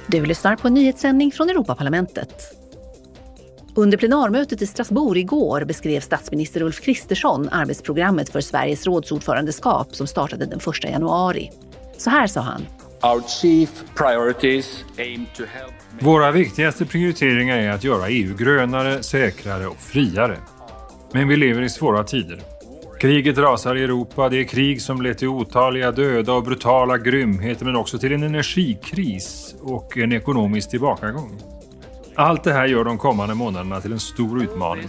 Du lyssnar på en nyhetssändning från Europaparlamentet. Under plenarmötet i Strasbourg igår beskrev statsminister Ulf Kristersson arbetsprogrammet för Sveriges rådsordförandeskap som startade den 1 januari. Så här sa han. Våra viktigaste prioriteringar är att göra EU grönare, säkrare och friare. Men vi lever i svåra tider. Kriget rasar i Europa, det är krig som leder till otaliga döda och brutala grymheter men också till en energikris och en ekonomisk tillbakagång. Allt det här gör de kommande månaderna till en stor utmaning.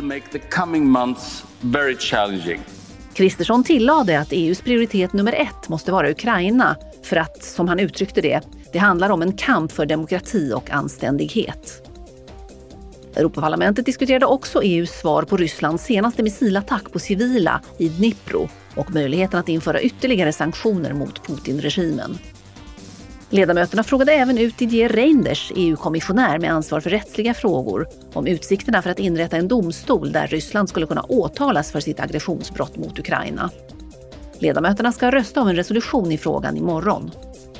Kristersson tillade att EUs prioritet nummer 1 måste vara Ukraina för att, som han uttryckte det handlar om en kamp för demokrati och anständighet. Europaparlamentet diskuterade också EUs svar på Rysslands senaste missilattack på civila i Dnipro och möjligheten att införa ytterligare sanktioner mot Putin-regimen. Ledamöterna frågade även ut Didier Reynders, EU-kommissionär med ansvar för rättsliga frågor, om utsikterna för att inrätta en domstol där Ryssland skulle kunna åtalas för sitt aggressionsbrott mot Ukraina. Ledamöterna ska rösta om en resolution i frågan imorgon.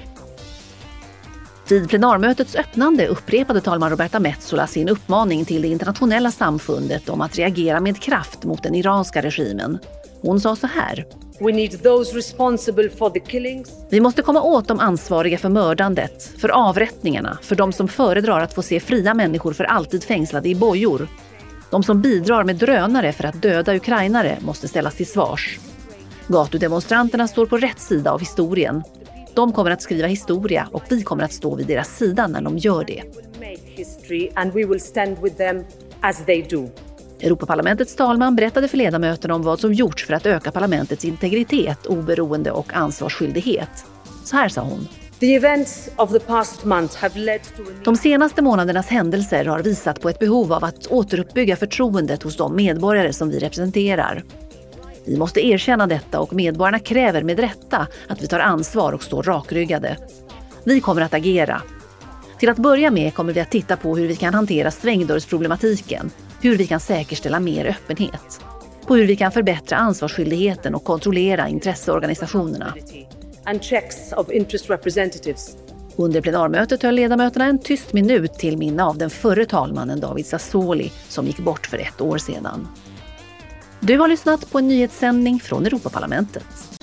Vid plenarmötets öppnande upprepade talman Roberta Metsola sin uppmaning till det internationella samfundet om att reagera med kraft mot den iranska regimen. Hon sa så här. Vi måste komma åt de ansvariga för mördandet, för avrättningarna, för de som föredrar att få se fria människor för alltid fängslade i bojor. De som bidrar med drönare för att döda ukrainare måste ställas till svars. Gatudemonstranterna står på rätt sida av historien. De kommer att skriva historia och vi kommer att stå vid deras sida när de gör det. Europaparlamentets talman berättade för ledamöterna om vad som gjorts för att öka parlamentets integritet, oberoende och ansvarsskyldighet. Så här sa hon. De senaste månadernas händelser har visat på ett behov av att återuppbygga förtroendet hos de medborgare som vi representerar. Vi måste erkänna detta och medborgarna kräver med rätta att vi tar ansvar och står rakryggade. Vi kommer att agera. Till att börja med kommer vi att titta på hur vi kan hantera svängdörrsproblematiken, hur vi kan säkerställa mer öppenhet, på hur vi kan förbättra ansvarsskyldigheten och kontrollera intresseorganisationerna. Under plenarmötet höll ledamöterna en tyst minut till minne av den förre talmannen David Sassoli som gick bort för 1 år sedan. Du har lyssnat på en nyhetssändning från Europaparlamentet.